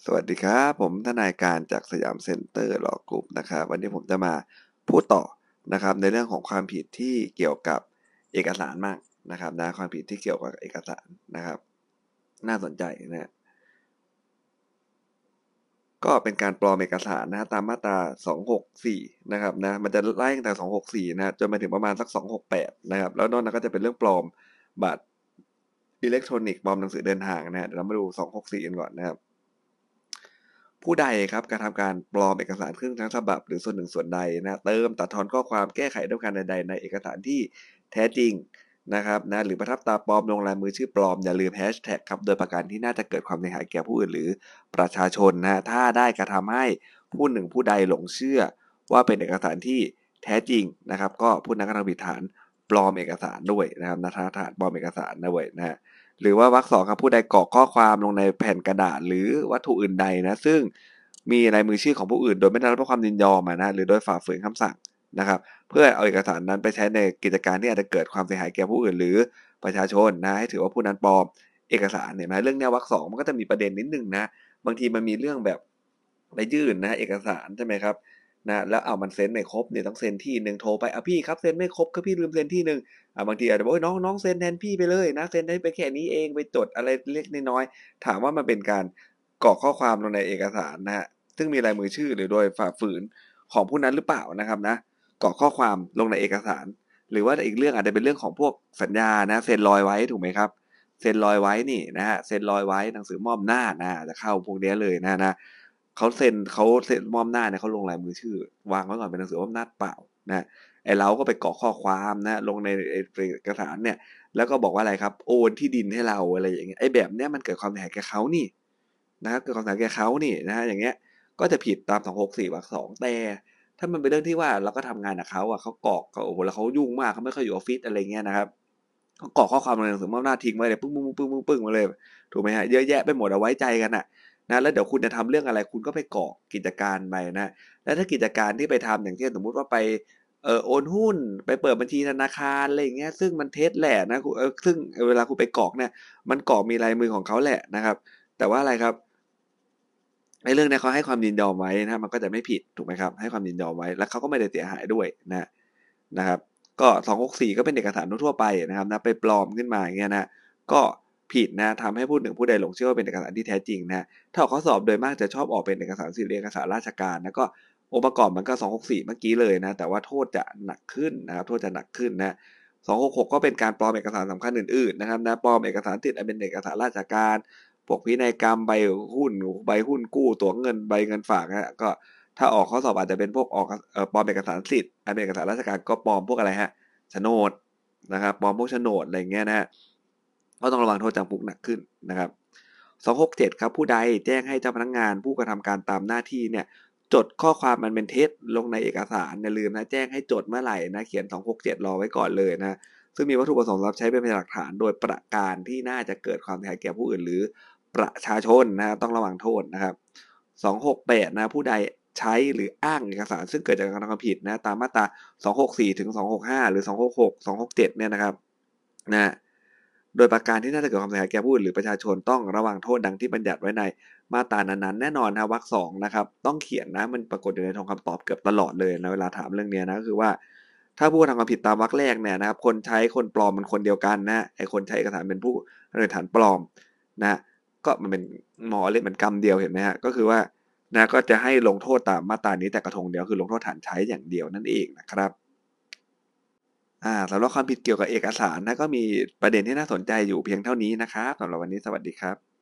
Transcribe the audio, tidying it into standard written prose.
สวัสดีครับผมทนายการจากสยามเซ็นเตอร์ลอกรุ๊ปนะครับวันนี้ผมจะมาพูดต่อนะครับในเรื่องของความผิดที่เกี่ยวกับเอกสารมากนะครับนะความผิดที่เกี่ยวกับเอกสารนะครับน่าสนใจนะก็เป็นการปลอมเอกสารนะตามมาตรา264นะครับนะมันจะไล่ตั้งแต่264นะจนมาถึงประมาณสัก268นะครับแล้วนอกนั้นก็จะเป็นเรื่องปลอมบัตรอิเล็กทรอนิกส์ปลอมหนังสือเดินทางนะเดี๋ยวเรามาดู264กันก่อนนะครับ ผู้ใดครับกระทำการปลอมเอกสารครึ่งทั้งฉบับหรือส่วนหนึ่งส่วนใดนะเติมตัดทอนข้อความแก้ไขด้วยการใดๆในเอกสารที่แท้จริงนะครับนะหรือประทับตราปลอมลงลายมือชื่อปลอมอย่าลืมแฮชแท็กครับโดยประการที่น่าจะเกิดความเสียหายแก่ผู้อื่นหรือประชาชนนะถ้าได้กระทำให้ผู้หนึ่งผู้ใดหลงเชื่อว่าเป็นเอกสารที่แท้จริงนะครับก็ผู้นั้นกระทำผิดฐานปลอมเอกสารด้วยนะครับนะฐานปลอมเอกสารด้วยนะฮะ หรือว่าวรรคสองครับผู้ใดกรอกข้อความลงในแผ่นกระดาษหรือวัตถุอื่นใดนะซึ่งมีลายมือชื่อของผู้อื่นโดยไม่ได้รับความยินยอมนะหรือโดยฝ่าฝืนคำสั่งนะครับเพื่อเอาเอกสารนั้นไปใช้ในกิจการที่อาจจะเกิดความเสียหายแก่ผู้อื่นหรือประชาชนนะให้ถือว่าผู้นั้นปลอมเอกสารเนี่ยนะเรื่องนี้วรรคสองมันก็จะมีประเด็นนิดนึงนะบางทีมันมีเรื่องแบบไปยื่นนะเอกสารใช่ไหมครับนะแล้วเอามันเซ็นไม่ครบเนี่ยต้องเซ็นที่หนึ่งโทรไปพี่ครับเซ็นไม่ครบครับพี่ลืมเซ็นที่หนึ่ง บางทีอาจจะบอกน้องเซ็นแทนพี่ไปเลยนะเซ็นได้ไปแค่นี้เองไปจดอะไรเล็กน้อยถามว่ามันเป็นการกรอกข้อความลงในเอกสารนะฮะซึ่งมีลายมือชื่อหรือโดยฝ่าฝืนของผู้นั้นหรือเปล่านะครับนะกรอกข้อความลงในเอกสารหรือว่าอีกเรื่องอาจจะเป็นเรื่องของพวกสัญญานะเซ็นลอยไว้ถูกไหมครับเซ็นลอยไว้นี่นะฮะเซ็นลอยไว้หนังสือมอบหน้านะจะเข้าพวกนี้เลยนะเขาเซ็นมอบหน้าเนี่ยเขาลงลายมือชื่อวางไว้ก่อนเป็นหนังสือมอบหน้าเปล่านะไอ้เราก็ไปกรอกข้อความนะลงในเอกสารเนี่ยแล้วก็บอกว่าอะไรครับโอนที่ดินให้เราอะไรอย่างเงี้ยไอ้แบบเนี้ยมันเกิดความเสียหายแก่เขานี่นะครับเกิดความเสียหายแก่เขานี่นะฮะอย่างเงี้ยก็จะผิดตาม264วรรคสองแต่ถ้ามันเป็นเรื่องที่ว่าเราก็ทำงานกับเขาอ่ะเขากรอกเขาโอ้โหแล้วเขายุ่งมากเขาไม่ค่อยอยู่ออฟฟิศอะไรเงี้ยนะครับเขากรอกข้อความลงในหนังสือมอบหน้าทิ้งไว้เลยปึ้งปึ้งปึ้งปึ้งปึ้งมาเลยถูกไหมฮะเยอะแยะไปหมดเอาไว้ใจกันอ่ะนะแล้วเดี๋ยวคุณจะทำเรื่องอะไรคุณก็ไปกรอกกิจการไปนะแล้วถ้ากิจการที่ไปทำอย่างเช่นสมมุติว่าไปโอนหุ้นไปเปิดบัญชีธนาคารอะไรอย่างเงี้ยซึ่งมันเท็จแหละนะซึ่งเวลาคุณไปกรอกเนี่ยมันกรอกมีลายมือของเขาแหละนะครับแต่ว่าอะไรครับในเรื่องนี้เขาให้ความยินยอมไว้นะมันก็จะไม่ผิดถูกไหมครับให้ความยินยอมไว้แล้วเขาก็ไม่ได้เสียหายด้วยนะครับก็264ก็เป็นเอกสารทั่วไปนะครับนะไปปลอมขึ้นมาอย่างเงี้ยนะก็ผิดนะทำให้ผู้หนึ่งผู้ใดหลงเชื่อว่าเป็นเอกสารที่แท้จริงนะถ้าออกข้อสอบโดยมากจะชอบออกเป็นเอกสารสิทธิเอกสารราชการนะก็องค์ประกอบมันก็264เมื่อกี้เลยนะแต่ว่าโทษจะหนักขึ้นนะครับโทษจะหนักขึ้นนะ266ก็เป็นการปลอมเอกสารสำคัญอื่นๆนะครับนะปลอมเอกสารสิทธิ์อันเป็นเอกสารราชการพวกพินัยกรรมใบหุ้นกู้ตั๋วเงินใบเงินฝากนะก็ ถ้าออกข้อสอบอาจจะเป็นพวกออกปลอมเอกสารสิทธิ์อันเป็นเอกสารราชการก็ปลอมพวกอะไรฮะโฉนดนะครับปลอมพวกโฉนดอะไรเงี้ยนะฮะก็ต้องระวังโทษจำคุกหนักขึ้นนะครับ267ครับผู้ใดแจ้งให้เจ้าพนักงานผู้กระทำการตามหน้าที่เนี่ยจดข้อความมันเป็นเท็จลงในเอกสารอย่าลืมนะแจ้งให้จดเมื่อไหร่นะเขียน267รอไว้ก่อนเลยนะซึ่งมีวัตถุประสงค์รับใช้เป็นพยานหลักฐานโดยประการที่น่าจะเกิดความเสียหายแก่ผู้อื่นหรือประชาชนนะต้องระวังโทษนะครับ268นะผู้ใด ใช้หรืออ้างเอกสารซึ่งเกิดจากการกระทำความผิดนะตามมาตรา264ถึง265หรือ266 267เนี่ยนะครับนะโดยประการที่น่าจะเกิดความเสียหายแก่ผู้อื่นหรือประชาชนต้องระวังโทษดังที่บัญญัติไว้ในมาตรานั้นๆแน่นอนนะวรรคสองนะครับต้องเขียนนะมันปรากฏอยู่ในทองคำตอบเกือบตลอดเลยนะเวลาถามเรื่องนี้นะก็คือว่าถ้าผู้กระทำความผิดตามวรรคแรกเนี่ยนะครับคนใช้คนปลอมมันคนเดียวกันนะไอคนใช้เอกสารเป็นผู้โดยฐานปลอมนะก็มันเป็นหมอเล่นเหมือนกรรมเดียวเห็นไหมฮะก็คือว่า นะก็จะให้ลงโทษตามมาตรานี้แต่กระทงเดียวคือลงโทษฐานใช้อย่างเดียวนั่นเองนะครับสำหรับความผิดเกี่ยวกับเอกสารนะก็มีประเด็นที่น่าสนใจอยู่เพียงเท่านี้นะครับสำหรับวันนี้สวัสดีครับ